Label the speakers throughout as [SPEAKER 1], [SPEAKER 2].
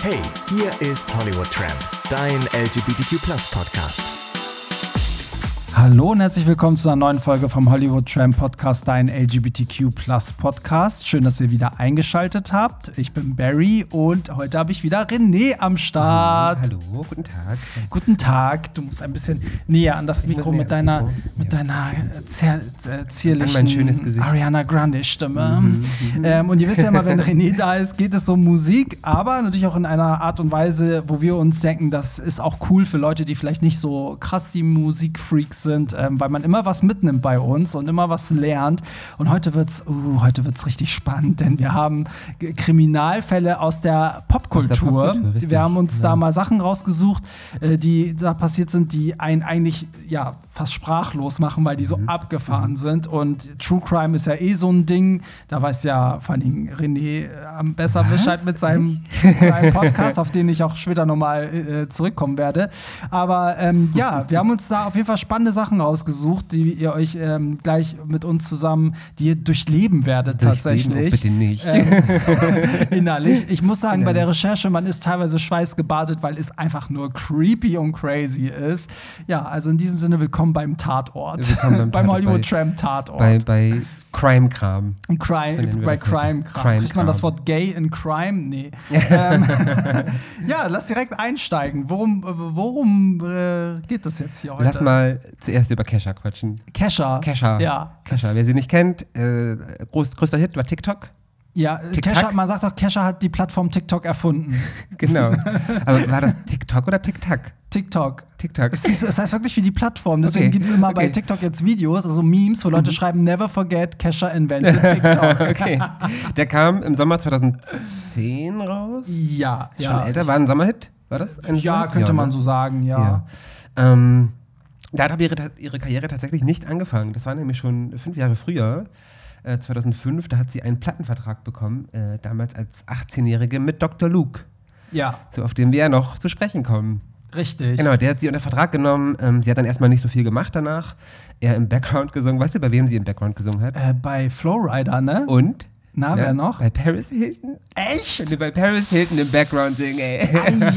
[SPEAKER 1] Hey, hier ist Hollywood Tramp, dein LGBTQ+-Podcast.
[SPEAKER 2] Hallo und herzlich willkommen zu einer neuen Folge vom Hollywood Tramp Podcast, dein LGBTQ+-Podcast. Schön, dass ihr wieder eingeschaltet habt. Ich bin Barry und heute habe ich wieder René am Start.
[SPEAKER 3] Hallo, guten Tag.
[SPEAKER 2] Guten Tag. Du musst ein bisschen näher an das Mikro mit deiner zierlichen Ariana Grande-Stimme. Und ihr wisst ja immer, wenn René da ist, geht es um Musik, aber natürlich auch in einer Art und Weise, wo wir uns denken, das ist auch cool für Leute, die vielleicht nicht so krass die Musikfreaks sind, weil man immer was mitnimmt bei uns und immer was lernt. Und heute wird's richtig spannend, denn wir haben Kriminalfälle aus der Popkultur. Wir haben uns da mal Sachen rausgesucht, die da passiert sind, die einen eigentlich fast sprachlos machen, weil die so abgefahren sind. Und True Crime ist ja eh so ein Ding. Da weiß ja vor allem René besser Bescheid mit seinem Podcast, auf den ich auch später nochmal zurückkommen werde. Aber wir haben uns da auf jeden Fall spannende Sachen rausgesucht, die ihr euch gleich mit uns zusammen, die ihr durchleben werdet tatsächlich.
[SPEAKER 3] Bitte nicht.
[SPEAKER 2] Innerlich. Ich muss sagen, bei der Recherche, man ist teilweise schweißgebadet, weil es einfach nur creepy und crazy ist. Ja, also in diesem Sinne, willkommen beim Tatort. Beim Hollywood Tramp Tatort.
[SPEAKER 3] Bei Crime-Kram.
[SPEAKER 2] Bei Crime-Kram. Kriegt man das Wort gay in Crime? Nee. Lass direkt einsteigen. Worum geht es jetzt hier heute?
[SPEAKER 3] Lass mal zuerst über Kesha quatschen.
[SPEAKER 2] Kesha. Ja.
[SPEAKER 3] Kesha. Wer sie nicht kennt, größter Hit war TikTok.
[SPEAKER 2] Ja, Kesha, man sagt doch, Kesha hat die Plattform TikTok erfunden.
[SPEAKER 3] Genau. Aber war das TikTok oder TikTok?
[SPEAKER 2] TikTok.
[SPEAKER 3] Es
[SPEAKER 2] heißt wirklich wie die Plattform. Deswegen gibt es immer bei TikTok jetzt Videos, also Memes, wo Leute schreiben, never forget, Kesha invented TikTok.
[SPEAKER 3] Okay. Der kam im Sommer 2010 raus?
[SPEAKER 2] Ja.
[SPEAKER 3] Schon älter? War ein Sommerhit? War das ein Sommerhit?
[SPEAKER 2] Könnte man so sagen, ja.
[SPEAKER 3] Da hat aber ihre Karriere tatsächlich nicht angefangen. Das war nämlich schon 5 Jahre früher. 2005, da hat sie einen Plattenvertrag bekommen, damals als 18-Jährige mit Dr. Luke.
[SPEAKER 2] Ja.
[SPEAKER 3] So, auf den wir ja noch zu sprechen kommen.
[SPEAKER 2] Richtig.
[SPEAKER 3] Genau, der hat sie unter Vertrag genommen. Sie hat dann erstmal nicht so viel gemacht danach. Er im Background gesungen. Weißt du, bei wem sie im Background gesungen hat?
[SPEAKER 2] Bei Flowrider, ne?
[SPEAKER 3] Und?
[SPEAKER 2] Wer noch?
[SPEAKER 3] Bei Paris Hilton.
[SPEAKER 2] Echt?
[SPEAKER 3] Wenn du bei Paris Hilton im Background singen, ey.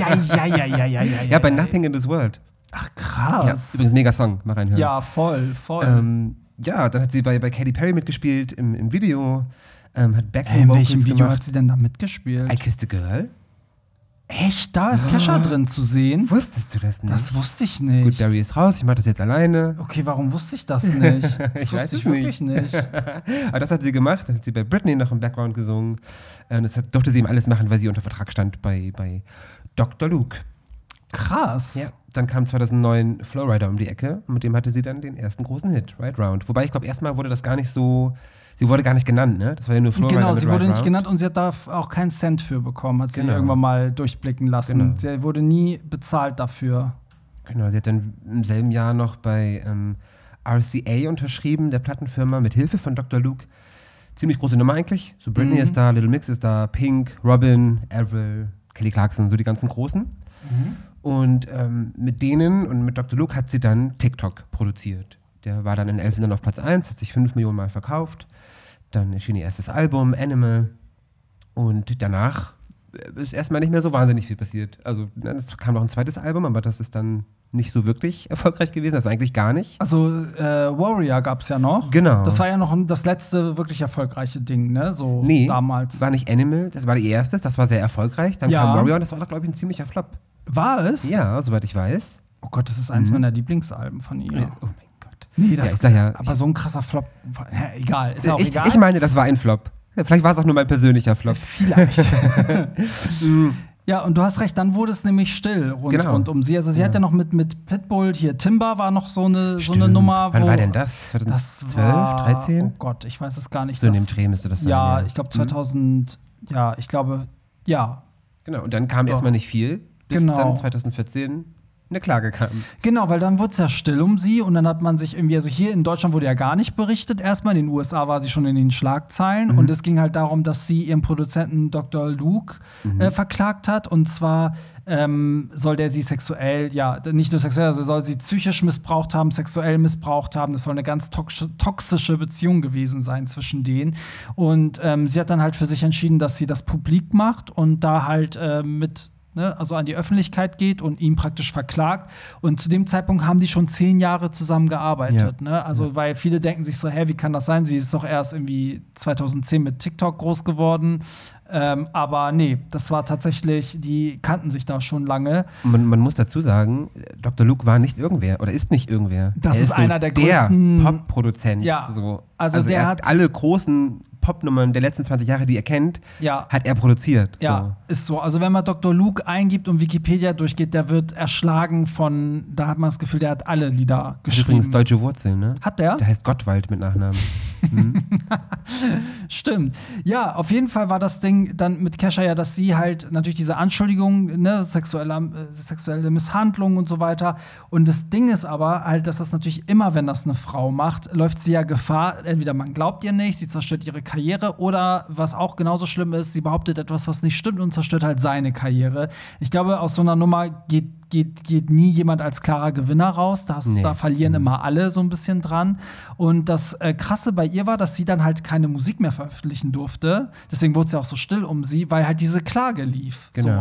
[SPEAKER 3] Ja, bei Nothing in this World.
[SPEAKER 2] Ach, krass.
[SPEAKER 3] Ja, übrigens mega Song, mal reinhören.
[SPEAKER 2] Ja, voll.
[SPEAKER 3] Dann hat sie bei Katy Perry mitgespielt im Video. Hat Backing
[SPEAKER 2] in
[SPEAKER 3] Vocals
[SPEAKER 2] welchem Video
[SPEAKER 3] gemacht.
[SPEAKER 2] hat sie denn da mitgespielt?
[SPEAKER 3] I Kissed a Girl.
[SPEAKER 2] Echt? Da ist Kesha drin zu sehen?
[SPEAKER 3] Wusstest du das nicht?
[SPEAKER 2] Das wusste ich nicht.
[SPEAKER 3] Gut, Barry ist raus, ich mache das jetzt alleine.
[SPEAKER 2] Okay, warum wusste ich das nicht? Das
[SPEAKER 3] weiß
[SPEAKER 2] wusste
[SPEAKER 3] es
[SPEAKER 2] ich wirklich nicht.
[SPEAKER 3] Aber das hat sie gemacht. Dann hat sie bei Britney noch im Background gesungen. Das durfte sie ihm alles machen, weil sie unter Vertrag stand bei Dr. Luke.
[SPEAKER 2] Krass.
[SPEAKER 3] Ja. Dann kam 2009 Flowrider um die Ecke und mit dem hatte sie dann den ersten großen Hit, Right Round. Wobei ich glaube, erstmal wurde das gar nicht so, sie wurde gar nicht genannt, ne? Das war ja nur Flowrider.
[SPEAKER 2] Genau,
[SPEAKER 3] mit
[SPEAKER 2] sie
[SPEAKER 3] Right
[SPEAKER 2] wurde nicht
[SPEAKER 3] Round.
[SPEAKER 2] genannt und sie hat da auch keinen Cent für bekommen, hat sie irgendwann mal durchblicken lassen.
[SPEAKER 3] Genau.
[SPEAKER 2] Sie wurde nie bezahlt dafür.
[SPEAKER 3] Genau, sie hat dann im selben Jahr noch bei RCA unterschrieben, der Plattenfirma, mit Hilfe von Dr. Luke. Ziemlich große Nummer eigentlich. So Britney ist da, Little Mix ist da, Pink, Robin, Avril, Kelly Clarkson, so die ganzen Großen. Und mit denen und mit Dr. Luke hat sie dann TikTok produziert. Der war dann in 11 Ländern auf Platz 1, hat sich 5 Millionen Mal verkauft. Dann erschien ihr erstes Album, Animal. Und danach ist erstmal nicht mehr so wahnsinnig viel passiert. Also es kam noch ein zweites Album, aber das ist dann nicht so wirklich erfolgreich gewesen. Also eigentlich gar nicht.
[SPEAKER 2] Also Warrior gab es ja noch.
[SPEAKER 3] Genau.
[SPEAKER 2] Das war ja noch das letzte wirklich erfolgreiche Ding, ne? So damals.
[SPEAKER 3] War nicht Animal, das war die erste, das war sehr erfolgreich. Dann kam Warrior und das war doch, glaube ich, ein ziemlicher Flop.
[SPEAKER 2] War es?
[SPEAKER 3] Ja, soweit ich weiß.
[SPEAKER 2] Oh Gott, das ist eins meiner Lieblingsalben von ihr.
[SPEAKER 3] Oh mein Gott.
[SPEAKER 2] Nee, das
[SPEAKER 3] ich sag ja,
[SPEAKER 2] aber so ein krasser Flop. Egal, ist ja auch egal.
[SPEAKER 3] Ich meine, das war ein Flop. Vielleicht war es auch nur mein persönlicher Flop.
[SPEAKER 2] Vielleicht. Ja, und du hast recht, dann wurde es nämlich still rund um sie. Also sie hat ja noch mit Pitbull, hier Timber war noch so eine Nummer.
[SPEAKER 3] Wann war denn das? 2012, 13?
[SPEAKER 2] Oh Gott, ich weiß es gar nicht.
[SPEAKER 3] So in dem Dreh müsste das sein.
[SPEAKER 2] Ja, ich glaube 2000, ich glaube.
[SPEAKER 3] Genau, und dann kam erstmal nicht viel, bis dann 2014 eine Klage kam.
[SPEAKER 2] Genau, weil dann wurde es ja still um sie und dann hat man sich irgendwie, also hier in Deutschland wurde ja gar nicht berichtet erstmal, in den USA war sie schon in den Schlagzeilen und es ging halt darum, dass sie ihren Produzenten Dr. Luke verklagt hat und zwar soll der sie sexuell, nicht nur sexuell, also soll sie psychisch missbraucht haben, sexuell missbraucht haben. Das soll eine ganz toxische Beziehung gewesen sein zwischen denen. Und sie hat dann halt für sich entschieden, dass sie das publik macht und da halt mit ne, also an die Öffentlichkeit geht und ihn praktisch verklagt. Und zu dem Zeitpunkt haben die schon 10 Jahre zusammen gearbeitet. Ne? Also, weil viele denken sich so, wie kann das sein? Sie ist doch erst irgendwie 2010 mit TikTok groß geworden. Aber nee, das war tatsächlich, die kannten sich da schon lange.
[SPEAKER 3] Man muss dazu sagen, Dr. Luke war nicht irgendwer oder ist nicht irgendwer.
[SPEAKER 2] Das ist einer der größten
[SPEAKER 3] Pop-Produzent.
[SPEAKER 2] Ja,
[SPEAKER 3] so.
[SPEAKER 2] also der
[SPEAKER 3] er
[SPEAKER 2] hat
[SPEAKER 3] alle großen Popnummern der letzten 20 Jahre, die er kennt, hat er produziert.
[SPEAKER 2] Ja, ist so. Also wenn man Dr. Luke eingibt und Wikipedia durchgeht, der wird erschlagen von, da hat man das Gefühl, der hat alle Lieder geschrieben.
[SPEAKER 3] Übrigens deutsche Wurzeln, ne?
[SPEAKER 2] Hat der?
[SPEAKER 3] Der heißt Gottwald mit Nachnamen.
[SPEAKER 2] Stimmt. Ja, auf jeden Fall war das Ding dann mit Kesha ja, dass sie halt natürlich diese Anschuldigungen, ne, sexuelle Misshandlung und so weiter. Und das Ding ist aber halt, dass das natürlich immer, wenn das eine Frau macht, läuft sie ja Gefahr, entweder man glaubt ihr nicht, sie zerstört ihre Karriere, oder was auch genauso schlimm ist, sie behauptet etwas, was nicht stimmt und zerstört halt seine Karriere. Ich glaube, aus so einer Nummer geht nie jemand als klarer Gewinner raus. Da verlieren immer alle so ein bisschen dran. Und das Krasse bei ihr war, dass sie dann halt keine Musik mehr veröffentlichen durfte. Deswegen wurde es ja auch so still um sie, weil halt diese Klage lief.
[SPEAKER 3] Genau.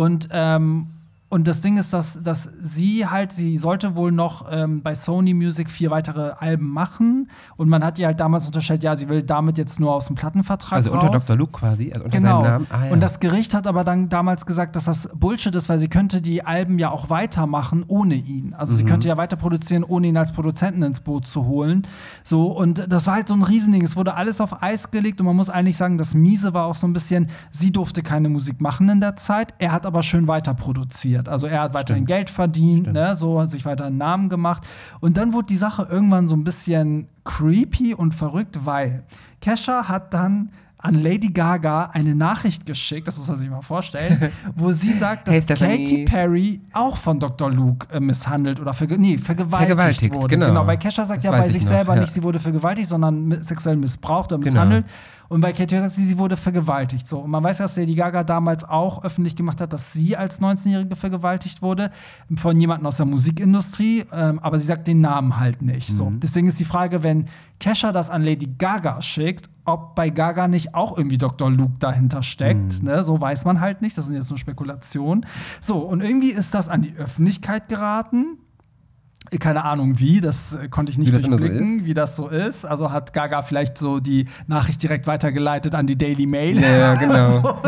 [SPEAKER 2] So. Und das Ding ist, dass sie sollte wohl noch bei Sony Music 4 weitere Alben machen. Und man hat ihr halt damals unterstellt, ja, sie will damit jetzt nur aus dem Plattenvertrag
[SPEAKER 3] also
[SPEAKER 2] raus.
[SPEAKER 3] Unter Dr. Luke quasi, also unter
[SPEAKER 2] genau.
[SPEAKER 3] seinem Namen. Ah, ja.
[SPEAKER 2] Und das Gericht hat aber dann damals gesagt, dass das Bullshit ist, weil sie könnte die Alben ja auch weitermachen ohne ihn. Also sie könnte ja weiter produzieren, ohne ihn als Produzenten ins Boot zu holen. So, und das war halt so ein Riesending. Es wurde alles auf Eis gelegt und man muss eigentlich sagen, das Miese war auch so ein bisschen, sie durfte keine Musik machen in der Zeit, er hat aber schön weiter produziert. Also er hat weiterhin Geld verdient, ne, so hat sich weiter einen Namen gemacht. Und dann wurde die Sache irgendwann so ein bisschen creepy und verrückt, weil Kesha hat dann an Lady Gaga eine Nachricht geschickt, das muss man sich mal vorstellen, wo sie sagt, dass
[SPEAKER 3] Hey,
[SPEAKER 2] Katy Perry auch von Dr. Luke misshandelt oder vergewaltigt wurde. Genau, weil Kesha sagt
[SPEAKER 3] das
[SPEAKER 2] ja bei
[SPEAKER 3] weiß
[SPEAKER 2] sich
[SPEAKER 3] ich
[SPEAKER 2] selber
[SPEAKER 3] noch,
[SPEAKER 2] nicht, sie wurde vergewaltigt, sondern sexuell missbraucht oder misshandelt. Und bei Katy Perry sagt sie wurde vergewaltigt. So. Und man weiß, dass Lady Gaga damals auch öffentlich gemacht hat, dass sie als 19-Jährige vergewaltigt wurde von jemandem aus der Musikindustrie, aber sie sagt den Namen halt nicht. So. Deswegen ist die Frage, wenn Kesha das an Lady Gaga schickt, ob bei Gaga nicht auch irgendwie Dr. Luke dahinter steckt. Ne? So weiß man halt nicht, das sind jetzt nur Spekulationen. So, und irgendwie ist das an die Öffentlichkeit geraten. Keine Ahnung wie, das konnte ich nicht durchblicken, wie das so ist. Also hat Gaga vielleicht so die Nachricht direkt weitergeleitet an die Daily Mail.
[SPEAKER 3] Ja, genau.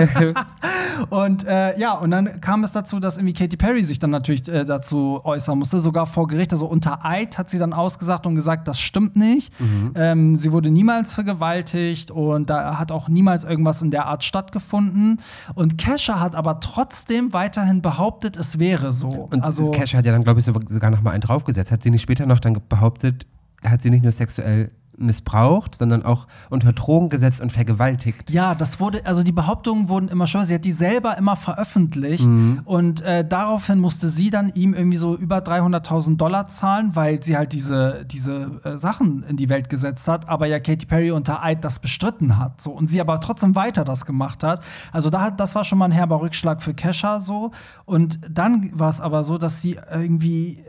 [SPEAKER 2] Und und dann kam es dazu, dass irgendwie Katy Perry sich dann natürlich dazu äußern musste, sogar vor Gericht. Also unter Eid hat sie dann ausgesagt und gesagt, das stimmt nicht. Sie wurde niemals vergewaltigt und da hat auch niemals irgendwas in der Art stattgefunden. Und Kesha hat aber trotzdem weiterhin behauptet, es wäre so.
[SPEAKER 3] Und
[SPEAKER 2] also
[SPEAKER 3] Kesha hat ja dann, glaube ich, sogar noch mal einen draufgesetzt. Hat sie nicht später noch dann behauptet, er hat sie nicht nur sexuell missbraucht, sondern auch unter Drogen gesetzt und vergewaltigt.
[SPEAKER 2] Ja, also die Behauptungen wurden immer schlimmer. Sie hat die selber immer veröffentlicht und daraufhin musste sie dann ihm irgendwie so über $300.000 zahlen, weil sie halt diese Sachen in die Welt gesetzt hat, aber ja Katy Perry unter Eid das bestritten hat. So. Und sie aber trotzdem weiter das gemacht hat. Also das war schon mal ein herber Rückschlag für Kesha so. Und dann war es aber so, dass sie irgendwie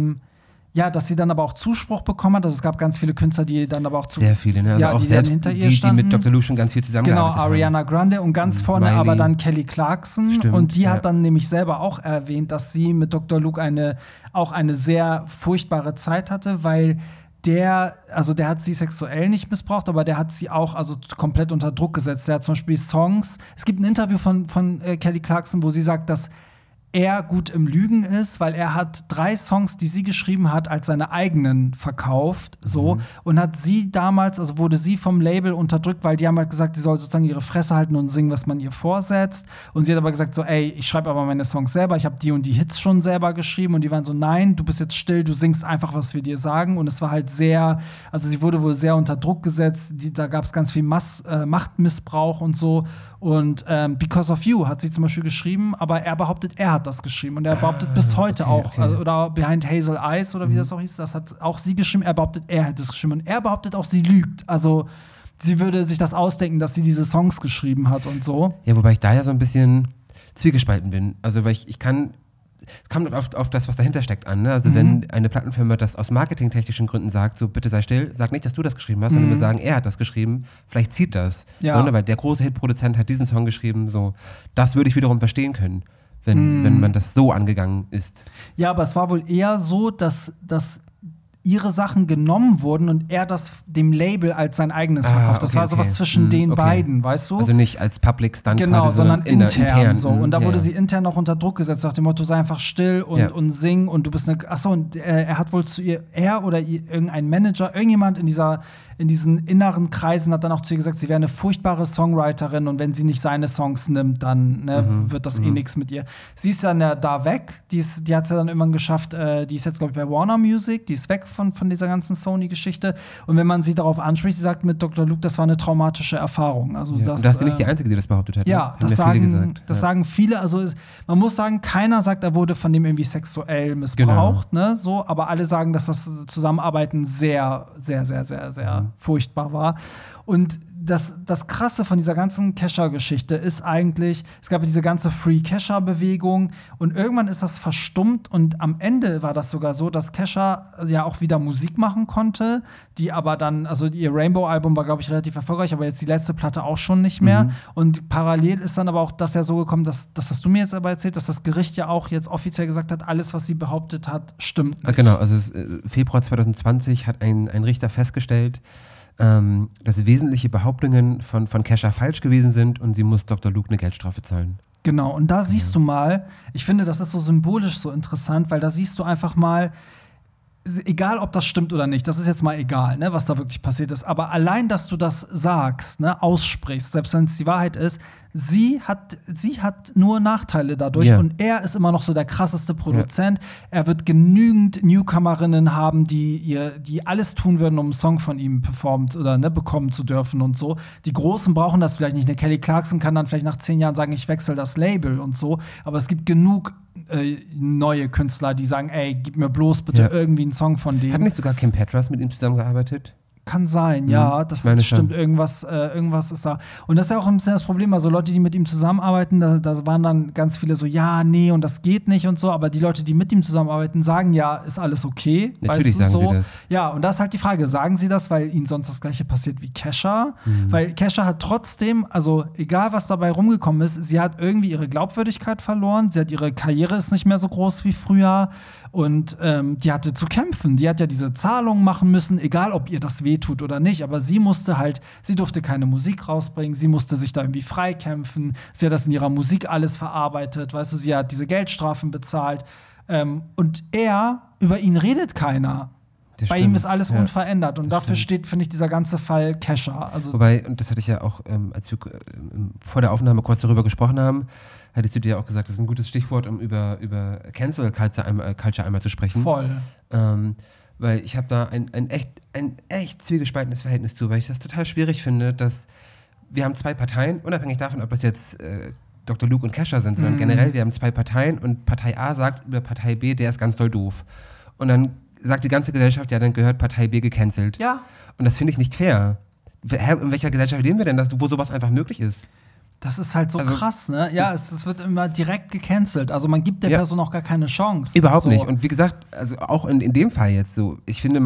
[SPEAKER 2] dass sie dann aber auch Zuspruch bekommen hat. Also es gab ganz viele Künstler, die dann aber auch
[SPEAKER 3] sehr viele, ne? Also auch
[SPEAKER 2] die
[SPEAKER 3] selbst
[SPEAKER 2] hinter
[SPEAKER 3] die,
[SPEAKER 2] ihr standen.
[SPEAKER 3] Die mit Dr. Luke schon ganz viel zusammengearbeitet haben.
[SPEAKER 2] Genau, Ariana Grande und ganz vorne
[SPEAKER 3] Miley.
[SPEAKER 2] aber dann Kelly Clarkson.
[SPEAKER 3] Stimmt,
[SPEAKER 2] und die hat dann nämlich selber auch erwähnt, dass sie mit Dr. Luke auch eine sehr furchtbare Zeit hatte, weil der hat sie sexuell nicht missbraucht, aber der hat sie auch komplett unter Druck gesetzt. Der hat zum Beispiel Songs. Es gibt ein Interview von Kelly Clarkson, wo sie sagt, dass er gut im Lügen ist, weil er hat 3 Songs, die sie geschrieben hat, als seine eigenen verkauft, und hat sie damals, also wurde sie vom Label unterdrückt, weil die haben halt gesagt, sie soll sozusagen ihre Fresse halten und singen, was man ihr vorsetzt. Und sie hat aber gesagt so, ey, ich schreibe aber meine Songs selber, ich habe die und die Hits schon selber geschrieben. Und die waren so, nein, du bist jetzt still, du singst einfach, was wir dir sagen. Und es war halt sie wurde wohl sehr unter Druck gesetzt, da gab es ganz viel Machtmissbrauch und so. Und Because of You hat sie zum Beispiel geschrieben, aber er behauptet, er hat das geschrieben. Und er behauptet bis heute auch, also, oder Behind Hazel Eyes oder wie das auch hieß, das hat auch sie geschrieben. Er behauptet, er hätte es geschrieben. Und er behauptet auch, sie lügt. Also sie würde sich das ausdenken, dass sie diese Songs geschrieben hat und so.
[SPEAKER 3] Ja, wobei ich da ja so ein bisschen zwiegespalten bin. Also weil es kommt auf das, was dahinter steckt, an. Ne? Also wenn eine Plattenfirma das aus marketingtechnischen Gründen sagt, so bitte sei still, sag nicht, dass du das geschrieben hast, sondern wir sagen, er hat das geschrieben, vielleicht zieht das.
[SPEAKER 2] Ja.
[SPEAKER 3] So, ne? Weil der große Hitproduzent hat diesen Song geschrieben, so. Das würde ich wiederum verstehen können. wenn man das so angegangen ist.
[SPEAKER 2] Ja, aber es war wohl eher so, dass ihre Sachen genommen wurden und er das dem Label als sein eigenes verkauft. Das war sowas zwischen den beiden, weißt du?
[SPEAKER 3] Also nicht als Public Stunt
[SPEAKER 2] genau,
[SPEAKER 3] quasi,
[SPEAKER 2] sondern intern so. Und da
[SPEAKER 3] ja.
[SPEAKER 2] wurde sie intern auch unter Druck gesetzt, nach dem Motto, sei einfach still und sing und du bist eine. Achso, und er hat wohl zu ihr, irgendein Manager, irgendjemand in diesen inneren Kreisen hat dann auch zu ihr gesagt, sie wäre eine furchtbare Songwriterin und wenn sie nicht seine Songs nimmt, dann wird das nichts mit ihr. Sie ist dann da weg, die hat es ja dann irgendwann geschafft, die ist jetzt, glaube ich, bei Warner Music, die ist weg von dieser ganzen Sony-Geschichte. Und wenn man sie darauf anspricht, sie sagt mit Dr. Luke, das war eine traumatische Erfahrung. Also
[SPEAKER 3] und da ist sie nicht die Einzige, die das behauptet hat.
[SPEAKER 2] Ja,
[SPEAKER 3] ne?
[SPEAKER 2] das sagen viele. Also man muss sagen, keiner sagt, er wurde von dem irgendwie sexuell missbraucht.
[SPEAKER 3] Genau.
[SPEAKER 2] Ne? So, aber alle sagen, dass das Zusammenarbeiten sehr, sehr, sehr, sehr, sehr furchtbar war. Und das Krasse von dieser ganzen Kesha-Geschichte ist eigentlich, es gab ja diese ganze Free-Kesha-Bewegung und irgendwann ist das verstummt und am Ende war das sogar so, dass Kesha ja auch wieder Musik machen konnte, die aber dann, also ihr Rainbow-Album war, glaube ich, relativ erfolgreich, aber jetzt die letzte Platte auch schon nicht mehr. Und parallel ist dann aber auch das ja so gekommen, das hast du mir jetzt aber erzählt, dass das Gericht ja auch jetzt offiziell gesagt hat, alles, was sie behauptet hat, stimmt nicht.
[SPEAKER 3] Genau, also Februar 2020 hat ein Richter festgestellt, dass wesentliche Behauptungen von Kesha falsch gewesen sind und sie muss Dr. Luke eine Geldstrafe zahlen.
[SPEAKER 2] Genau, und da siehst du mal, ich finde, das ist so symbolisch so interessant, weil da siehst du einfach mal, egal ob das stimmt oder nicht, das ist jetzt mal egal, ne, was da wirklich passiert ist, aber allein, dass du das sagst, ne, aussprichst, selbst wenn es die Wahrheit ist, sie hat nur Nachteile dadurch und er ist immer noch so der krasseste Produzent. Er wird genügend Newcomerinnen haben, die alles tun würden, um einen Song von ihm performt oder bekommen zu dürfen und so. Die Großen brauchen das vielleicht nicht. Eine Kelly Clarkson kann dann vielleicht nach 10 Jahren sagen, ich wechsle das Label und so. Aber es gibt genug neue Künstler, die sagen, ey, gib mir bloß bitte irgendwie einen Song von dem.
[SPEAKER 3] Hat nicht sogar Kim Petras mit ihm zusammengearbeitet?
[SPEAKER 2] Kann sein, ja, das stimmt. Irgendwas ist da. Und das ist ja auch ein bisschen das Problem. Also Leute, die mit ihm zusammenarbeiten, da waren dann ganz viele so, ja, nee, und das geht nicht und so. Aber die Leute, die mit ihm zusammenarbeiten, sagen ja, ist alles okay.
[SPEAKER 3] Natürlich sagen sie das.
[SPEAKER 2] Ja, und da ist halt die Frage, sagen sie das, weil ihnen sonst das Gleiche passiert wie Kesha? Weil Kesha hat trotzdem, also egal was dabei rumgekommen ist, sie hat irgendwie ihre Glaubwürdigkeit verloren. Ihre Karriere ist nicht mehr so groß wie früher. Und die hatte zu kämpfen. Die hat ja diese Zahlungen machen müssen, egal ob ihr das wehtut oder nicht. Aber sie durfte keine Musik rausbringen. Sie musste sich da irgendwie freikämpfen. Sie hat das in ihrer Musik alles verarbeitet. Weißt du, sie hat diese Geldstrafen bezahlt. Und über ihn redet keiner. Bei ihm ist alles unverändert. Und dafür steht, finde ich, dieser ganze Fall Kesha. Also
[SPEAKER 3] wobei, und das hatte ich ja auch, als wir vor der Aufnahme kurz darüber gesprochen haben, hattest du dir ja auch gesagt, das ist ein gutes Stichwort, um über Cancel Culture einmal zu sprechen.
[SPEAKER 2] Voll.
[SPEAKER 3] Weil ich habe da ein echt zwiegespaltenes Verhältnis zu, weil ich das total schwierig finde, dass wir haben 2 Parteien, unabhängig davon, ob das jetzt Dr. Luke und Kesha sind, sondern generell, wir haben 2 Parteien und Partei A sagt über Partei B, der ist ganz doll doof. Und dann sagt die ganze Gesellschaft, ja, dann gehört Partei B gecancelt.
[SPEAKER 2] Ja.
[SPEAKER 3] Und das finde ich nicht fair. In welcher Gesellschaft leben wir denn, wo sowas einfach möglich ist?
[SPEAKER 2] Das ist halt so krass, ne? Ja, es wird immer direkt gecancelt. Also man gibt der Person auch gar keine Chance.
[SPEAKER 3] Überhaupt nicht. Und wie gesagt, also auch in dem Fall jetzt so, ich finde,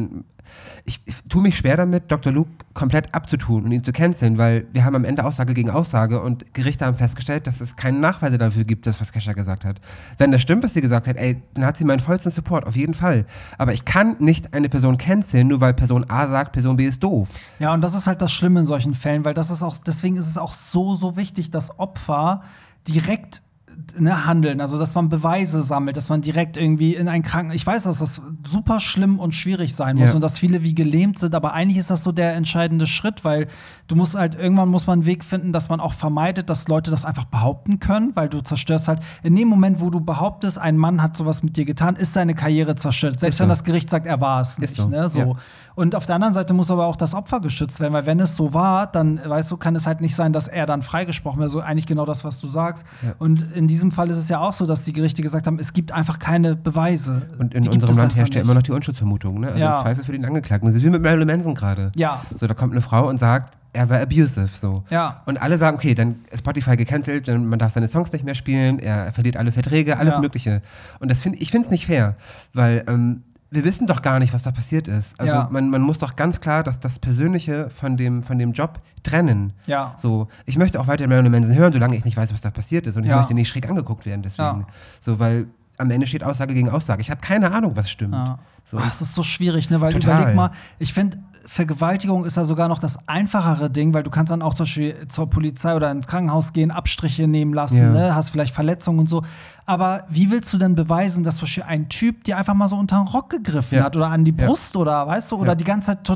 [SPEAKER 3] ich tue mich schwer damit, Dr. Luke komplett abzutun und ihn zu canceln, weil wir haben am Ende Aussage gegen Aussage und Gerichte haben festgestellt, dass es keine Nachweise dafür gibt, was Kesha gesagt hat. Wenn das stimmt, was sie gesagt hat, ey, dann hat sie meinen vollsten Support, auf jeden Fall. Aber ich kann nicht eine Person canceln, nur weil Person A sagt, Person B ist doof.
[SPEAKER 2] Ja, und das ist halt das Schlimme in solchen Fällen, weil deswegen ist es auch so wichtig, dass Opfer direkt handeln, also dass man Beweise sammelt, dass man direkt irgendwie in ein Krankenhaus. Ich weiß, dass das super schlimm und schwierig sein muss und dass viele wie gelähmt sind, aber eigentlich ist das so der entscheidende Schritt, weil irgendwann muss man einen Weg finden, dass man auch vermeidet, dass Leute das einfach behaupten können, weil du zerstörst halt, in dem Moment, wo du behauptest, ein Mann hat sowas mit dir getan, ist seine Karriere zerstört. Selbst wenn das Gericht sagt, er war es nicht.
[SPEAKER 3] So.
[SPEAKER 2] Ne? So. Ja. Und auf der anderen Seite muss aber auch das Opfer geschützt werden, weil wenn es so war, dann, weißt du, kann es halt nicht sein, dass er dann freigesprochen wird. So eigentlich genau das, was du sagst. Ja. Und in diesem Fall ist es ja auch so, dass die Gerichte gesagt haben, es gibt einfach keine Beweise.
[SPEAKER 3] Und in unserem Land herrscht ja immer noch die Unschuldsvermutung, ne? Also im Zweifel für den Angeklagten. Das ist wie mit Marilyn Manson gerade.
[SPEAKER 2] Ja.
[SPEAKER 3] So, da kommt eine Frau und sagt, er war abusive, so.
[SPEAKER 2] Ja.
[SPEAKER 3] Und alle sagen, okay, dann ist Spotify gecancelt, dann man darf seine Songs nicht mehr spielen, er verliert alle Verträge, alles Mögliche. Und ich finde es nicht fair, weil wir wissen doch gar nicht, was da passiert ist. Also man muss doch ganz klar das Persönliche von dem Job trennen.
[SPEAKER 2] Ja.
[SPEAKER 3] So, ich möchte auch weiter Marilyn Manson hören, solange ich nicht weiß, was da passiert ist. Und ich möchte nicht schräg angeguckt werden deswegen. Ja. So, weil am Ende steht Aussage gegen Aussage. Ich habe keine Ahnung, was stimmt. Ja.
[SPEAKER 2] So. Das ist so schwierig, ne? Weil überleg mal, ich finde, Vergewaltigung ist ja sogar noch das einfachere Ding, weil du kannst dann auch zum Beispiel zur Polizei oder ins Krankenhaus gehen, Abstriche nehmen lassen, ne? Hast vielleicht Verletzungen und so. Aber wie willst du denn beweisen, dass zum Beispiel ein Typ dir einfach mal so unter den Rock gegriffen hat oder an die Brust oder, weißt du, oder die ganze Zeit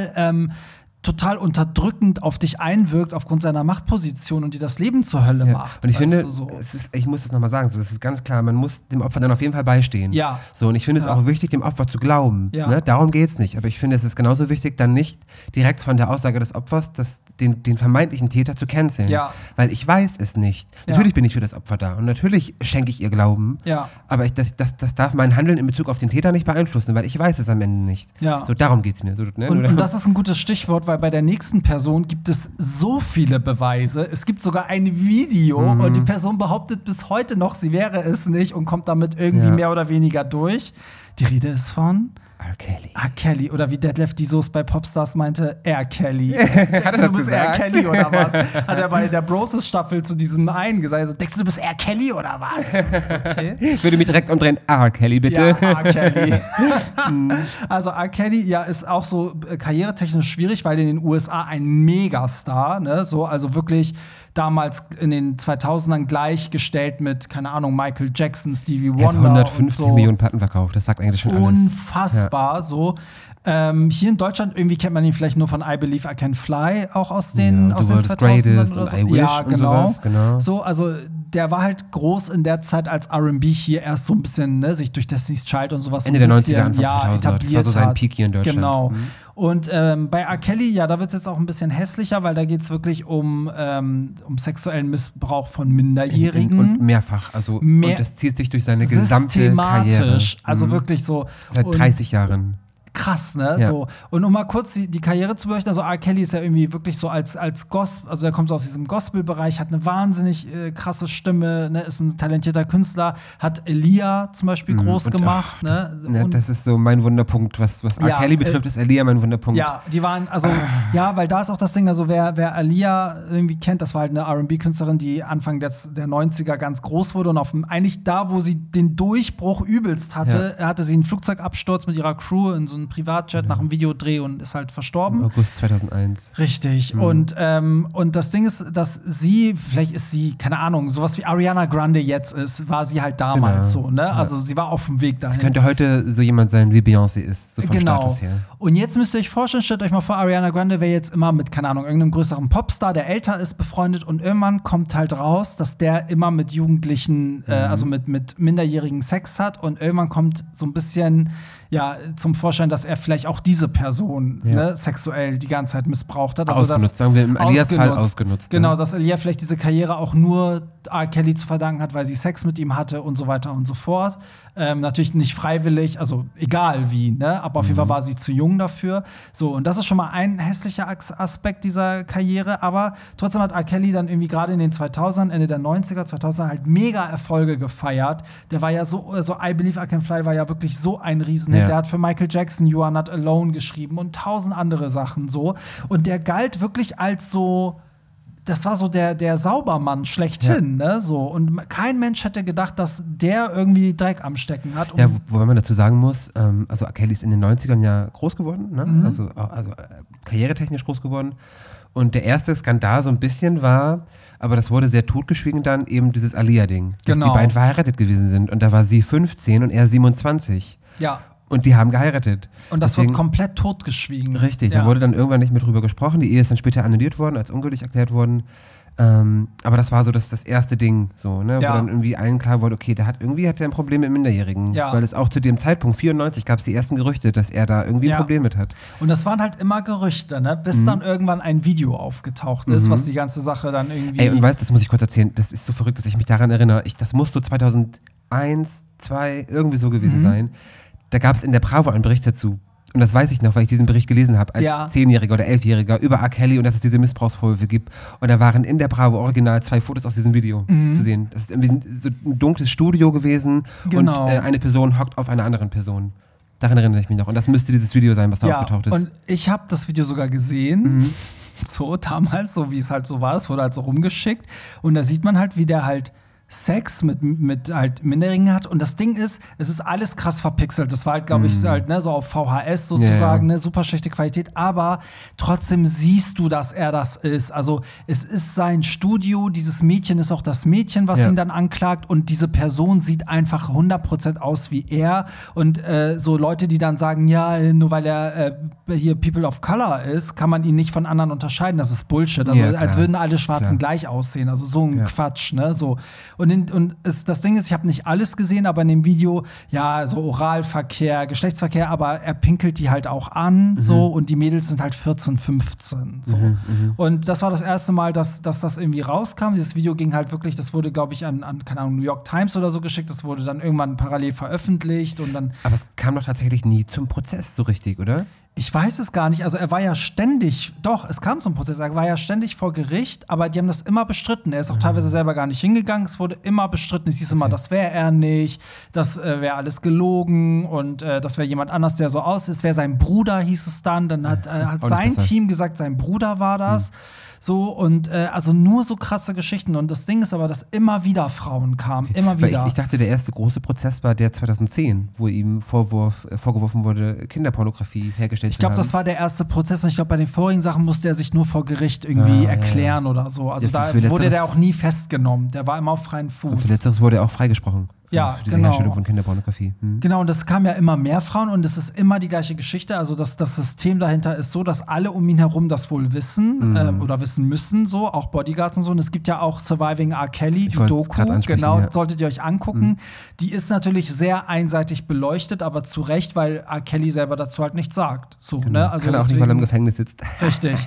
[SPEAKER 2] total unterdrückend auf dich einwirkt aufgrund seiner Machtposition und dir das Leben zur Hölle macht.
[SPEAKER 3] Und ich finde, ich muss das nochmal sagen, so, das ist ganz klar, man muss dem Opfer dann auf jeden Fall beistehen. Ja. So, und ich finde es auch wichtig, dem Opfer zu glauben. Ja. Ne? Darum geht es nicht. Aber ich finde, es ist genauso wichtig, dann nicht direkt von der Aussage des Opfers den vermeintlichen Täter zu canceln. Ja. Weil ich weiß es nicht. Natürlich bin ich für das Opfer da und natürlich schenke ich ihr Glauben. Ja. Aber das darf mein Handeln in Bezug auf den Täter nicht beeinflussen, weil ich weiß es am Ende nicht. Ja. So, darum geht es mir. So, ne?
[SPEAKER 2] Und das ist ein gutes Stichwort, weil bei der nächsten Person gibt es so viele Beweise. Es gibt sogar ein Video und die Person behauptet bis heute noch, sie wäre es nicht und kommt damit irgendwie mehr oder weniger durch. Die Rede ist von
[SPEAKER 3] R. Kelly.
[SPEAKER 2] R. Kelly. Oder wie Detlef die Soße bei Popstars meinte, R. Kelly. Denkst du bist R. Kelly oder was? Hat er bei der Broses-Staffel zu diesem einen gesagt. Also, denkst du bist R. Kelly oder was? Ist okay.
[SPEAKER 3] Ich würde mich direkt umdrehen. R. Kelly, bitte.
[SPEAKER 2] Ja, R. Kelly. Also R. Kelly, ist auch so karrieretechnisch schwierig, weil in den USA ein Megastar, ne? So, also wirklich damals in den 2000ern gleichgestellt mit, keine Ahnung, Michael Jackson, Stevie Wonder.
[SPEAKER 3] Er hat 150 Millionen Platten verkauft, das sagt eigentlich schon alles.
[SPEAKER 2] Unfassbar, so. Hier in Deutschland, irgendwie kennt man ihn vielleicht nur von I Believe I Can Fly, auch aus den 2000ern oder so.
[SPEAKER 3] I Wish und sowas, genau.
[SPEAKER 2] So, also der war halt groß in der Zeit, als R&B hier erst so ein bisschen, ne, sich durch Destiny's Child und sowas
[SPEAKER 3] Ende der 90er, Anfang 2000,
[SPEAKER 2] etabliert
[SPEAKER 3] das war so sein Peak hier in Deutschland.
[SPEAKER 2] Genau. Und bei R. Kelly, da wird es jetzt auch ein bisschen hässlicher, weil da geht es wirklich um sexuellen Missbrauch von Minderjährigen.
[SPEAKER 3] Und mehrfach, also und das zieht sich durch seine gesamte Karriere.
[SPEAKER 2] Also wirklich so.
[SPEAKER 3] Seit 30 Jahren.
[SPEAKER 2] Krass, ne? Ja. So. Und um mal kurz die Karriere zu beleuchten, also R. Kelly ist ja irgendwie wirklich so als Gospel, also er kommt so aus diesem Gospel-Bereich, hat eine wahnsinnig krasse Stimme, ne? Ist ein talentierter Künstler, hat Aaliyah zum Beispiel groß gemacht.
[SPEAKER 3] Das ist so mein Wunderpunkt, was R. Kelly betrifft, ist Aaliyah mein Wunderpunkt.
[SPEAKER 2] Ja, die waren, also, weil da ist auch das Ding, also wer Aaliyah irgendwie kennt, das war halt eine R&B-Künstlerin, die Anfang der 90er ganz groß wurde und eigentlich da, wo sie den Durchbruch übelst hatte, hatte sie einen Flugzeugabsturz mit ihrer Crew in so einem Privatjet nach einem Videodreh und ist halt verstorben.
[SPEAKER 3] Im August 2001.
[SPEAKER 2] Richtig. Und das Ding ist, dass vielleicht ist sie, keine Ahnung, sowas wie Ariana Grande jetzt ist, war sie halt damals so, ne? Ja. Also sie war auf dem Weg dahin.
[SPEAKER 3] Es könnte heute so jemand sein, wie Beyoncé ist, so vom Status her.
[SPEAKER 2] Und jetzt müsst ihr euch vorstellen, stellt euch mal vor, Ariana Grande wäre jetzt immer mit, keine Ahnung, irgendeinem größeren Popstar, der älter ist, befreundet und irgendwann kommt halt raus, dass der immer mit Jugendlichen, also mit Minderjährigen Sex hat und irgendwann kommt so ein bisschen zum Vorschein, dass er vielleicht auch diese Person sexuell die ganze Zeit missbraucht hat. Also
[SPEAKER 3] ausgenutzt, sagen wir im Alias Fall ausgenutzt.
[SPEAKER 2] Genau, dass Aaliyah vielleicht diese Karriere auch nur R. Kelly zu verdanken hat, weil sie Sex mit ihm hatte und so weiter und so fort. Natürlich nicht freiwillig, also egal wie, ne? Aber auf jeden Fall war sie zu jung dafür. So, und das ist schon mal ein hässlicher Aspekt dieser Karriere. Aber trotzdem hat R. Kelly dann irgendwie gerade in den 2000ern, Ende der 90er, 2000er halt mega Erfolge gefeiert. Der war ja so I Believe I Can Fly war ja wirklich so ein Riesenhit. Der hat für Michael Jackson You Are Not Alone geschrieben und 1000 andere Sachen so. Und der galt wirklich als so, das war so der Saubermann schlechthin, ne? So. Und kein Mensch hätte gedacht, dass der irgendwie Dreck am Stecken hat.
[SPEAKER 3] Ja, wobei man dazu sagen muss, also R. Kelly ist in den 90ern ja groß geworden, ne? Also karrieretechnisch groß geworden. Und der erste Skandal so ein bisschen war, aber das wurde sehr totgeschwiegen dann, eben dieses Aaliyah-Ding. Dass die beiden verheiratet gewesen sind. Und da war sie 15 und er 27.
[SPEAKER 2] Ja.
[SPEAKER 3] Und die haben geheiratet.
[SPEAKER 2] Und das wird komplett totgeschwiegen.
[SPEAKER 3] Richtig, da wurde dann irgendwann nicht mehr drüber gesprochen. Die Ehe ist dann später annulliert worden, als ungültig erklärt worden. Aber das war so das erste Ding, so, ne? Wo dann irgendwie allen klar wurde, okay, hat er ein Problem mit Minderjährigen. Ja. Weil es auch zu dem Zeitpunkt, 94, gab es die ersten Gerüchte, dass er da irgendwie ein Problem mit hat.
[SPEAKER 2] Und das waren halt immer Gerüchte, ne? Bis dann irgendwann ein Video aufgetaucht ist, was die ganze Sache dann irgendwie…
[SPEAKER 3] Ey, und weißt du, das muss ich kurz erzählen, das ist so verrückt, dass ich mich daran erinnere. Das muss so 2001, 2002 irgendwie so gewesen sein. Da gab es in der Bravo einen Bericht dazu. Und das weiß ich noch, weil ich diesen Bericht gelesen habe, als 10-Jähriger oder 11-Jähriger über R. Kelly und dass es diese Missbrauchsvorwürfe gibt. Und da waren in der Bravo original 2 Fotos aus diesem Video zu sehen. Das ist irgendwie so ein dunkles Studio gewesen und eine Person hockt auf einer anderen Person. Daran erinnere ich mich noch. Und das müsste dieses Video sein, was da aufgetaucht ist.
[SPEAKER 2] Und ich habe das Video sogar gesehen, so damals, so wie es halt so war. Es wurde halt so rumgeschickt. Und da sieht man halt, wie der halt Sex mit halt Minderjährigen hat. Und das Ding ist, es ist alles krass verpixelt. Das war halt, glaube ich, halt, ne, so auf VHS sozusagen, ne, super schlechte Qualität. Aber trotzdem siehst du, dass er das ist. Also es ist sein Studio. Dieses Mädchen ist auch das Mädchen, was ihn dann anklagt. Und diese Person sieht einfach 100% aus wie er. Und so Leute, die dann sagen, ja, nur weil er hier People of Color ist, kann man ihn nicht von anderen unterscheiden. Das ist Bullshit. Also als würden alle Schwarzen gleich aussehen. Also so ein Quatsch, ne, so. Und das Ding ist, ich habe nicht alles gesehen, aber in dem Video, ja, so Oralverkehr, Geschlechtsverkehr, aber er pinkelt die halt auch an, so, und die Mädels sind halt 14, 15, so. Und das war das erste Mal, dass das irgendwie rauskam. Dieses Video ging halt wirklich, das wurde, glaube ich, an keine Ahnung, New York Times oder so geschickt, das wurde dann irgendwann parallel veröffentlicht und dann.
[SPEAKER 3] Aber es kam doch tatsächlich nie zum Prozess so richtig, oder?
[SPEAKER 2] Ich weiß es gar nicht. Also er war ja ständig, doch, es kam zum Prozess, er war ja ständig vor Gericht, aber die haben das immer bestritten. Er ist auch teilweise selber gar nicht hingegangen. Es wurde immer bestritten. Es hieß immer, das wäre er nicht, das wäre alles gelogen und das wäre jemand anders, der so aussieht. Es wäre sein Bruder, hieß es dann. Dann hat sein Team gesagt, sein Bruder war das. So, und also nur so krasse Geschichten. Und das Ding ist aber, dass immer wieder Frauen kamen. Immer wieder.
[SPEAKER 3] Weil ich dachte, der erste große Prozess war der 2010, wo ihm vorgeworfen wurde, Kinderpornografie hergestellt
[SPEAKER 2] Ich glaube, das war der erste Prozess. Und ich glaube, bei den vorigen Sachen musste er sich nur vor Gericht irgendwie erklären oder so. Also da wurde der auch nie festgenommen. Der war immer auf freien Fuß.
[SPEAKER 3] Und für Letzteres wurde er auch freigesprochen.
[SPEAKER 2] Ja,
[SPEAKER 3] für diese Herstellung von Kinderpornografie.
[SPEAKER 2] Genau, und es kamen ja immer mehr Frauen und es ist immer die gleiche Geschichte. Also das System dahinter ist so, dass alle um ihn herum das wohl wissen oder wissen müssen, so, auch Bodyguards und so. Und es gibt ja auch Surviving R. Kelly, die Doku, genau, solltet ihr euch angucken. Die ist natürlich sehr einseitig beleuchtet, aber zu Recht, weil R. Kelly selber dazu halt nichts sagt. So,
[SPEAKER 3] genau.
[SPEAKER 2] Ne? Also
[SPEAKER 3] kann er auch nicht, weil er im Gefängnis sitzt.
[SPEAKER 2] Richtig.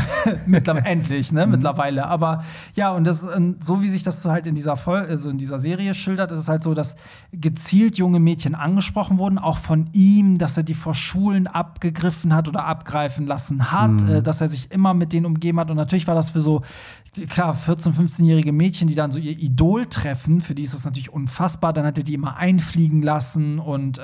[SPEAKER 2] Endlich, ne? Mittlerweile. Aber ja, und so wie sich das halt in dieser also in dieser Serie schildert, ist es halt so, dass gezielt junge Mädchen angesprochen wurden, auch von ihm, dass er die vor Schulen abgegriffen hat oder abgreifen lassen hat, dass er sich immer mit denen umgeben hat. Und natürlich war das für so, klar, 14-, 15-jährige Mädchen, die dann so ihr Idol treffen, für die ist das natürlich unfassbar. Dann hat er die immer einfliegen lassen und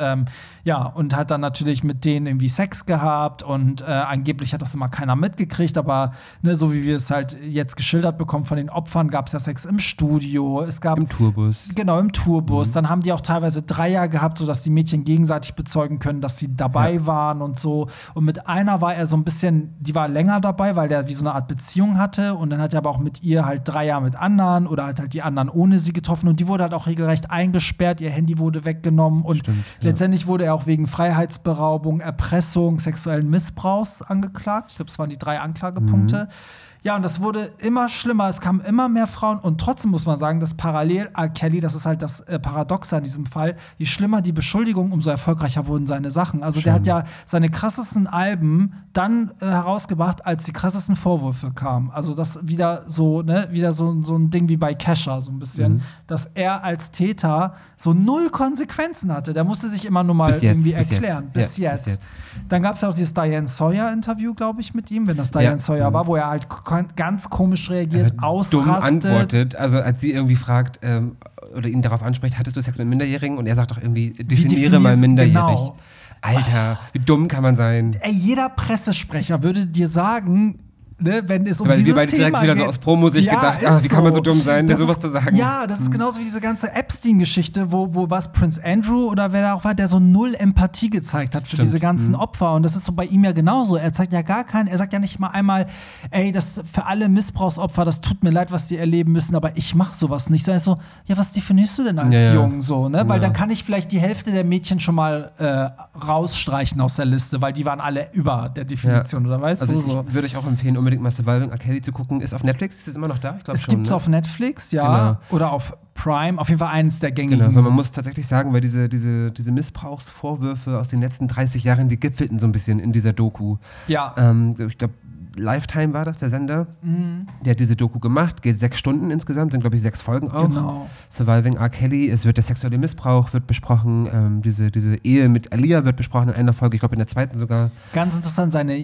[SPEAKER 2] und hat dann natürlich mit denen irgendwie Sex gehabt und angeblich hat das immer keiner mitgekriegt, aber ne, so wie wir es halt jetzt geschildert bekommen von den Opfern, gab es ja Sex im Studio, es gab
[SPEAKER 3] im Tourbus.
[SPEAKER 2] Genau, im Tourbus. Dann haben die auch teilweise Dreier gehabt, sodass die Mädchen gegenseitig bezeugen können, dass sie dabei waren und so. Und mit einer war er so ein bisschen, die war länger dabei, weil der wie so eine Art Beziehung hatte und dann hat er aber auch mit ihr halt Dreier mit anderen oder hat halt die anderen ohne sie getroffen und die wurde halt auch regelrecht eingesperrt, ihr Handy wurde weggenommen und letztendlich wurde er auch wegen Freiheitsberaubung, Erpressung, sexuellen Missbrauchs angeklagt. Ich glaube, es waren die 3 Anklagepunkte. Ja, und das wurde immer schlimmer, es kamen immer mehr Frauen und trotzdem muss man sagen, dass parallel R. Kelly, das ist halt das Paradoxe an diesem Fall, je schlimmer die Beschuldigung, umso erfolgreicher wurden seine Sachen. Also der hat ja seine krassesten Alben dann herausgebracht, als die krassesten Vorwürfe kamen. Also das wieder so, ne, wieder so ein Ding wie bei Kesha, so ein bisschen, dass er als Täter so 0 Konsequenzen hatte. Der musste sich immer nur mal irgendwie erklären. Bis jetzt. Dann gab es ja auch dieses Diane Sawyer-Interview, glaube ich, mit ihm, wenn das Diane Sawyer war, wo er halt ganz komisch reagiert, ausrastet.
[SPEAKER 3] Dumm antwortet. Also als sie irgendwie fragt oder ihn darauf anspricht, hattest du Sex mit Minderjährigen? Und er sagt doch irgendwie, definiere mal minderjährig. Genau. Alter, wie dumm kann man sein?
[SPEAKER 2] Ey, jeder Pressesprecher würde dir sagen, ne, wenn es um
[SPEAKER 3] weil
[SPEAKER 2] dieses
[SPEAKER 3] wir beide direkt
[SPEAKER 2] Thema
[SPEAKER 3] wieder
[SPEAKER 2] geht.
[SPEAKER 3] so aus Promo-Sicht gedacht, wie kann man so dumm sein, das sowas zu sagen?
[SPEAKER 2] Ja, das ist genauso wie diese ganze Epstein-Geschichte, wo was Prince Andrew oder wer da auch war, der so 0 Empathie gezeigt hat für diese ganzen Opfer. Und das ist so bei ihm ja genauso. Er zeigt ja er sagt ja nicht mal einmal, ey, das für alle Missbrauchsopfer, das tut mir leid, was die erleben müssen, aber ich mach sowas nicht. So, er ist so, ja, was definierst du denn als Jung so, ne? Weil dann kann ich vielleicht die Hälfte der Mädchen schon mal rausstreichen aus der Liste, weil die waren alle über der Definition, oder weißt du?
[SPEAKER 3] Also ich würde euch auch empfehlen, unbedingt mal Surviving R. Kelly zu gucken. Ist auf Netflix? Ist das immer noch da? Ich glaube schon. Es gibt es
[SPEAKER 2] auf Netflix, ja. Genau. Oder auf Prime. Auf jeden Fall eines der gängigen.
[SPEAKER 3] Genau, weil man muss tatsächlich sagen, weil diese Missbrauchsvorwürfe aus den letzten 30 Jahren, die gipfelten so ein bisschen in dieser Doku.
[SPEAKER 2] Ja.
[SPEAKER 3] Ich glaube, Lifetime war das, der Sender. Der hat diese Doku gemacht, geht 6 Stunden insgesamt, sind glaube ich 6 Folgen auch.
[SPEAKER 2] Genau.
[SPEAKER 3] Surviving R. Kelly, es wird der sexuelle Missbrauch wird besprochen, diese Ehe mit Aaliyah wird besprochen in einer Folge, ich glaube in der 2. sogar.
[SPEAKER 2] Ganz interessant, seine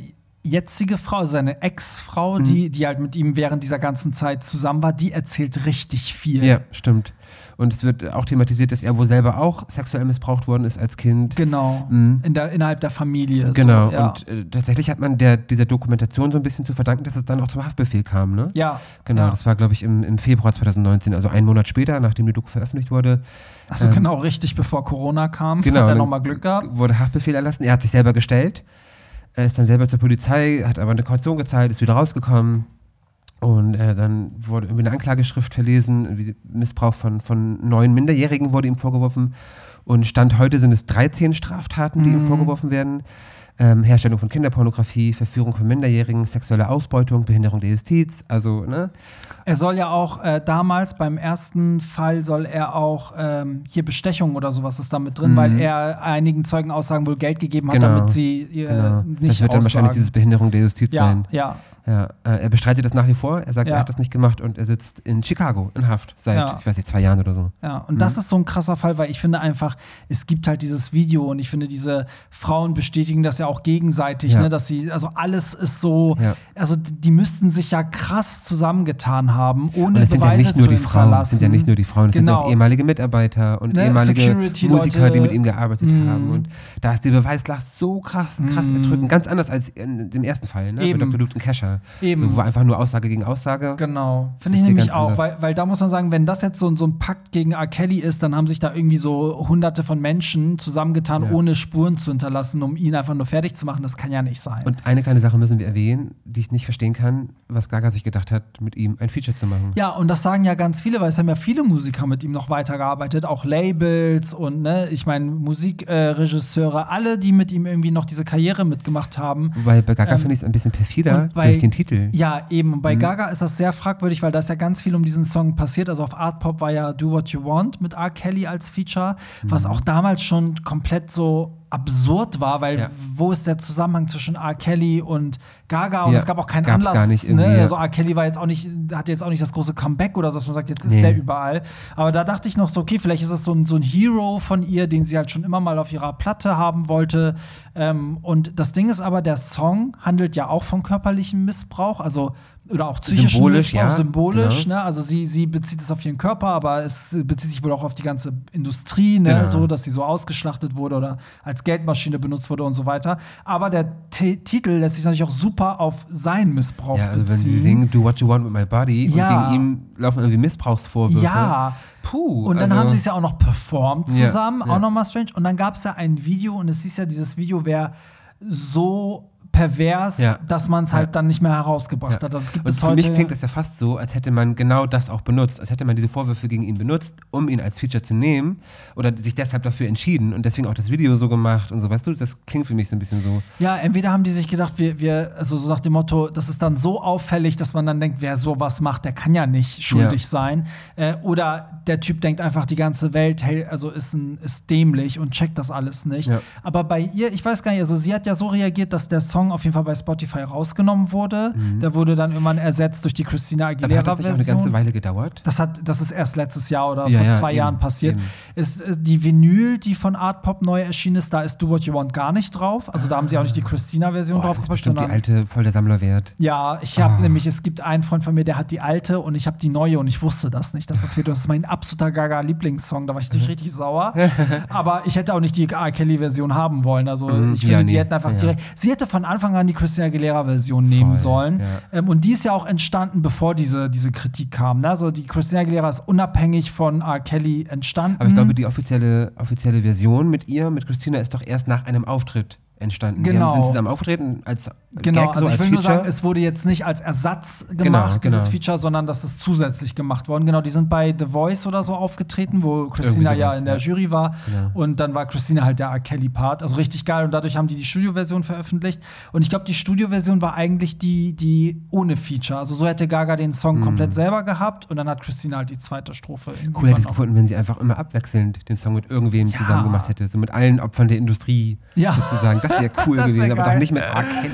[SPEAKER 2] jetzige Frau, also seine Ex-Frau, die halt mit ihm während dieser ganzen Zeit zusammen war, die erzählt richtig viel.
[SPEAKER 3] Ja, stimmt. Und es wird auch thematisiert, dass er wohl selber auch sexuell missbraucht worden ist als Kind.
[SPEAKER 2] Genau, innerhalb der Familie.
[SPEAKER 3] Genau,
[SPEAKER 2] so, ja.
[SPEAKER 3] Und tatsächlich hat man dieser Dokumentation so ein bisschen zu verdanken, dass es dann auch zum Haftbefehl kam, ne?
[SPEAKER 2] Ja.
[SPEAKER 3] Genau,
[SPEAKER 2] ja.
[SPEAKER 3] das war, glaube ich, im Februar 2019, also einen Monat später, nachdem die Doku veröffentlicht wurde.
[SPEAKER 2] Also genau, richtig bevor Corona kam,
[SPEAKER 3] genau,
[SPEAKER 2] hat er nochmal Glück gehabt.
[SPEAKER 3] Wurde Haftbefehl erlassen, er hat sich selber gestellt, er ist dann selber zur Polizei, hat aber eine Kaution gezahlt, ist wieder rausgekommen. Und dann wurde irgendwie eine Anklageschrift verlesen, Missbrauch von 9 Minderjährigen wurde ihm vorgeworfen. Und Stand heute sind es 13 Straftaten, die ihm vorgeworfen werden. Herstellung von Kinderpornografie, Verführung von Minderjährigen, sexuelle Ausbeutung, Behinderung der Justiz, also, ne?
[SPEAKER 2] Er soll ja auch damals beim ersten Fall soll er auch hier Bestechung oder sowas ist da mit drin, weil er einigen Zeugenaussagen wohl Geld gegeben hat, damit sie nicht
[SPEAKER 3] Das wird dann
[SPEAKER 2] aussagen.
[SPEAKER 3] wahrscheinlich dieses Behinderung der Justiz sein.
[SPEAKER 2] Ja.
[SPEAKER 3] Ja, er bestreitet das nach wie vor. Er sagt, er hat das nicht gemacht und er sitzt in Chicago in Haft seit, ich weiß nicht, 2 Jahren oder so.
[SPEAKER 2] Ja, und das ist so ein krasser Fall, weil ich finde einfach, es gibt halt dieses Video und ich finde, diese Frauen bestätigen das ja auch gegenseitig, ne, dass sie, also alles ist so, also die müssten sich ja krass zusammengetan haben, ohne
[SPEAKER 3] es sind
[SPEAKER 2] Beweise
[SPEAKER 3] ja nicht nur die
[SPEAKER 2] zu
[SPEAKER 3] Frauen, es sind ja nicht nur die Frauen, es sind
[SPEAKER 2] Genau.
[SPEAKER 3] auch ehemalige Mitarbeiter und
[SPEAKER 2] Ne,
[SPEAKER 3] ehemalige Musiker, die mit ihm gearbeitet
[SPEAKER 2] Mhm.
[SPEAKER 3] haben. Und da ist die Beweislast so krass erdrückend, ganz anders als in dem ersten Fall, ne? Mit Dr. Luke und Kesha.
[SPEAKER 2] Eben.
[SPEAKER 3] So, wo einfach nur Aussage gegen Aussage.
[SPEAKER 2] Genau,
[SPEAKER 3] Das
[SPEAKER 2] finde
[SPEAKER 3] ist
[SPEAKER 2] ich
[SPEAKER 3] hier
[SPEAKER 2] nämlich
[SPEAKER 3] ganz
[SPEAKER 2] auch,
[SPEAKER 3] anders.
[SPEAKER 2] weil da muss man sagen, wenn das jetzt so ein Pakt gegen R. Kelly ist, dann haben sich da irgendwie so hunderte von Menschen zusammengetan, ohne Spuren zu hinterlassen, um ihn einfach nur fertig zu machen. Das kann ja nicht sein.
[SPEAKER 3] Und eine kleine Sache müssen wir erwähnen, die ich nicht verstehen kann, was Gaga sich gedacht hat, mit ihm ein Feature zu machen.
[SPEAKER 2] Ja, und das sagen ja ganz viele, weil es haben ja viele Musiker mit ihm noch weitergearbeitet, auch Labels und, ne, ich meine, Musikregisseure, alle, die mit ihm irgendwie noch diese Karriere mitgemacht haben.
[SPEAKER 3] Wobei bei Gaga finde ich es ein bisschen perfider durch den Titel.
[SPEAKER 2] Ja, eben. Und bei Gaga ist das sehr fragwürdig, weil da ist ja ganz viel um diesen Song passiert. Also auf Art Pop war ja Do What You Want mit R. Kelly als Feature, was auch damals schon komplett so absurd war, weil wo ist der Zusammenhang zwischen R. Kelly und Gaga? Und es gab auch keinen Anlass.
[SPEAKER 3] Gar nicht irgendwie,
[SPEAKER 2] ne? Also R. Kelly war jetzt auch nicht, hatte jetzt auch nicht das große Comeback oder so, dass man sagt, jetzt ist der überall. Aber da dachte ich noch so, okay, vielleicht ist es so ein Hero von ihr, den sie halt schon immer mal auf ihrer Platte haben wollte. Und das Ding ist aber, der Song handelt ja auch von körperlichem Missbrauch, also oder auch psychischen Missbrauch, symbolisch,
[SPEAKER 3] genau.
[SPEAKER 2] ne? Also sie bezieht es auf ihren Körper, aber es bezieht sich wohl auch auf die ganze Industrie, ne? So, dass sie so ausgeschlachtet wurde oder als Geldmaschine benutzt wurde und so weiter. Aber der Titel lässt sich natürlich auch super auf seinen Missbrauch beziehen.
[SPEAKER 3] Also wenn sie singen Do What You Want With My Body und gegen ihn laufen irgendwie Missbrauchsvorwürfe.
[SPEAKER 2] Ja.
[SPEAKER 3] Puh.
[SPEAKER 2] Und dann haben sie es ja auch noch performt zusammen, auch nochmal strange. Und dann gab es ja ein Video und es hieß ja, dieses Video wäre so pervers, dass man es halt dann nicht mehr herausgebracht hat. Also es gibt
[SPEAKER 3] und
[SPEAKER 2] bis
[SPEAKER 3] für
[SPEAKER 2] heute
[SPEAKER 3] mich klingt das ja fast so, als hätte man genau das auch benutzt, als hätte man diese Vorwürfe gegen ihn benutzt, um ihn als Feature zu nehmen oder sich deshalb dafür entschieden und deswegen auch das Video so gemacht und so, weißt du, das klingt für mich so ein bisschen so.
[SPEAKER 2] Ja, entweder haben die sich gedacht, also so nach dem Motto, das ist dann so auffällig, dass man dann denkt, wer sowas macht, der kann ja nicht schuldig sein. Oder der Typ denkt einfach, die ganze Welt also ist dämlich und checkt das alles nicht. Ja. Aber bei ihr, ich weiß gar nicht, also sie hat ja so reagiert, dass der Song auf jeden Fall bei Spotify rausgenommen wurde. Der wurde dann irgendwann ersetzt durch die Christina Aguilera-Version.
[SPEAKER 3] Aber hat das nicht auch eine ganze Weile gedauert?
[SPEAKER 2] Das ist erst letztes Jahr oder vor 2 Jahren passiert. Ist die Vinyl, die von Art Pop neu erschienen ist, da ist Do What You Want gar nicht drauf. Also da haben sie auch nicht die Christina-Version draufgepackt,
[SPEAKER 3] sondern die alte voll der Sammlerwert.
[SPEAKER 2] Ja, ich habe nämlich, es gibt einen Freund von mir, der hat die alte und ich habe die neue und ich wusste das nicht, dass das wird. Das ist mein absoluter Gaga-Lieblingssong, da war ich natürlich richtig sauer. Aber ich hätte auch nicht die R. Kelly-Version haben wollen. Also ich finde, die hätten einfach direkt. Sie hätte von Anfang an die Christina Aguilera-Version nehmen sollen. Ja. Und die ist ja auch entstanden, bevor diese Kritik kam. Ne? Also die Christina Aguilera ist unabhängig von R. Kelly entstanden.
[SPEAKER 3] Aber ich glaube, die offizielle Version mit Christina, ist doch erst nach einem Auftritt entstanden.
[SPEAKER 2] Genau.
[SPEAKER 3] Die sind zusammen aufgetreten als
[SPEAKER 2] Genau,
[SPEAKER 3] Gag,
[SPEAKER 2] also
[SPEAKER 3] so
[SPEAKER 2] ich will
[SPEAKER 3] als
[SPEAKER 2] nur
[SPEAKER 3] Feature.
[SPEAKER 2] sagen, es wurde jetzt nicht als Ersatz gemacht, dieses Feature, sondern das ist zusätzlich gemacht worden. Genau, die sind bei The Voice oder so aufgetreten, wo Christina ja in der Jury war. Genau. Und dann war Christina halt der R. Kelly-Part. Also richtig geil. Und dadurch haben die Studioversion veröffentlicht. Und ich glaube, die Studioversion war eigentlich die ohne Feature. Also so hätte Gaga den Song komplett selber gehabt und dann hat Christina halt die zweite Strophe.
[SPEAKER 3] Cool hätte ich es gefunden, wenn sie einfach immer abwechselnd den Song mit irgendwem zusammen gemacht hätte. So mit allen Opfern der Industrie sozusagen. Das wäre cool gewesen, aber doch nicht mit R. Kelly.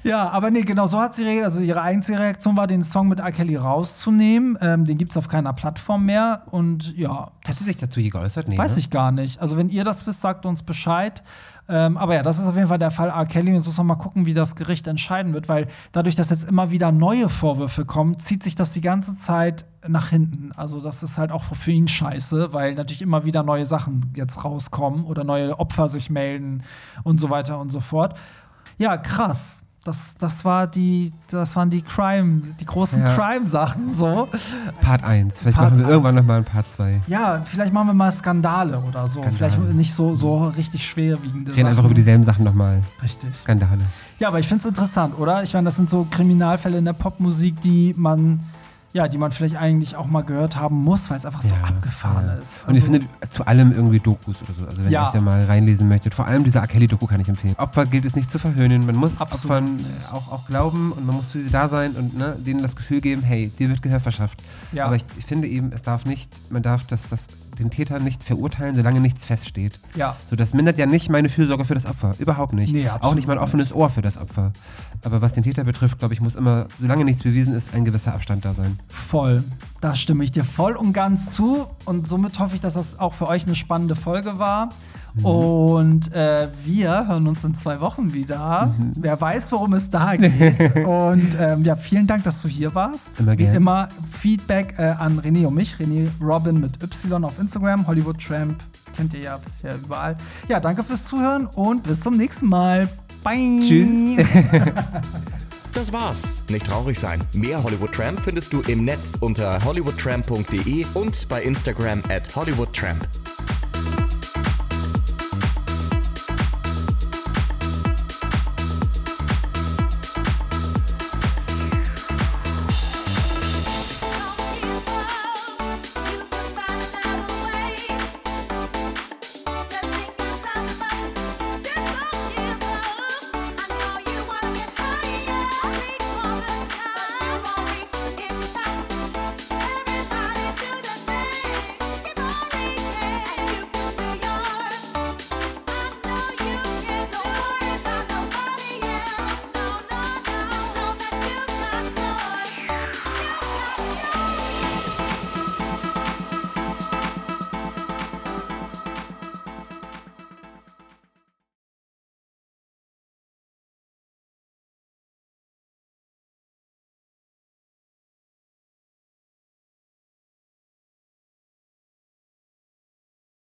[SPEAKER 2] Ja, aber nee, genau so hat sie reagiert. Also ihre einzige Reaktion war, den Song mit R. Kelly rauszunehmen. Den gibt es auf keiner Plattform mehr. Und ja.
[SPEAKER 3] Hast du dich dazu je geäußert? Nee,
[SPEAKER 2] weiß
[SPEAKER 3] ne?
[SPEAKER 2] ich gar nicht. Also wenn ihr das wisst, sagt uns Bescheid. Aber ja, das ist auf jeden Fall der Fall R. Kelly. Jetzt muss man mal gucken, wie das Gericht entscheiden wird. Weil dadurch, dass jetzt immer wieder neue Vorwürfe kommen, zieht sich das die ganze Zeit nach hinten. Also das ist halt auch für ihn scheiße, weil natürlich immer wieder neue Sachen jetzt rauskommen oder neue Opfer sich melden und so weiter und so fort. Ja, krass. Das waren die großen Crime-Sachen so.
[SPEAKER 3] Part 1. Vielleicht machen wir irgendwann nochmal ein Part 2.
[SPEAKER 2] Ja, vielleicht machen wir mal Skandale oder so. Vielleicht nicht so richtig schwerwiegende Sachen.
[SPEAKER 3] Reden einfach über dieselben Sachen nochmal.
[SPEAKER 2] Richtig.
[SPEAKER 3] Skandale.
[SPEAKER 2] Ja, aber ich finde es interessant, oder? Ich meine, das sind so Kriminalfälle in der Popmusik, die man vielleicht eigentlich auch mal gehört haben muss, weil es einfach so abgefahren ist. Also,
[SPEAKER 3] und ich finde zu allem irgendwie Dokus oder so. Also wenn ihr euch da mal reinlesen möchtet, vor allem diese R. Kelly-Doku kann ich empfehlen. Opfer gilt es nicht zu verhöhnen. Man muss Opfern auch glauben und man muss für sie da sein und denen das Gefühl geben, hey, dir wird Gehör verschafft. Ja. Aber ich finde eben, man darf den Täter nicht verurteilen, solange nichts feststeht.
[SPEAKER 2] Ja.
[SPEAKER 3] So, das mindert ja nicht meine Fürsorge für das Opfer. Überhaupt nicht. Nee, auch nicht mein offenes Ohr für das Opfer. Aber was den Täter betrifft, glaube ich, muss immer, solange nichts bewiesen ist, ein gewisser Abstand da sein.
[SPEAKER 2] Voll. Da stimme ich dir voll und ganz zu. Und somit hoffe ich, dass das auch für euch eine spannende Folge war. Und wir hören uns in 2 Wochen wieder. Wer weiß, worum es da geht. Und vielen Dank, dass du hier warst.
[SPEAKER 3] Immer gerne.
[SPEAKER 2] Wie immer Feedback an René und mich. René Robin mit Y auf Instagram. Hollywood Tramp kennt ihr ja bisher überall. Ja, danke fürs Zuhören und bis zum nächsten Mal. Bye.
[SPEAKER 3] Tschüss.
[SPEAKER 1] Das war's. Nicht traurig sein. Mehr Hollywood Tramp findest du im Netz unter hollywoodtramp.de und bei Instagram @hollywoodtramp.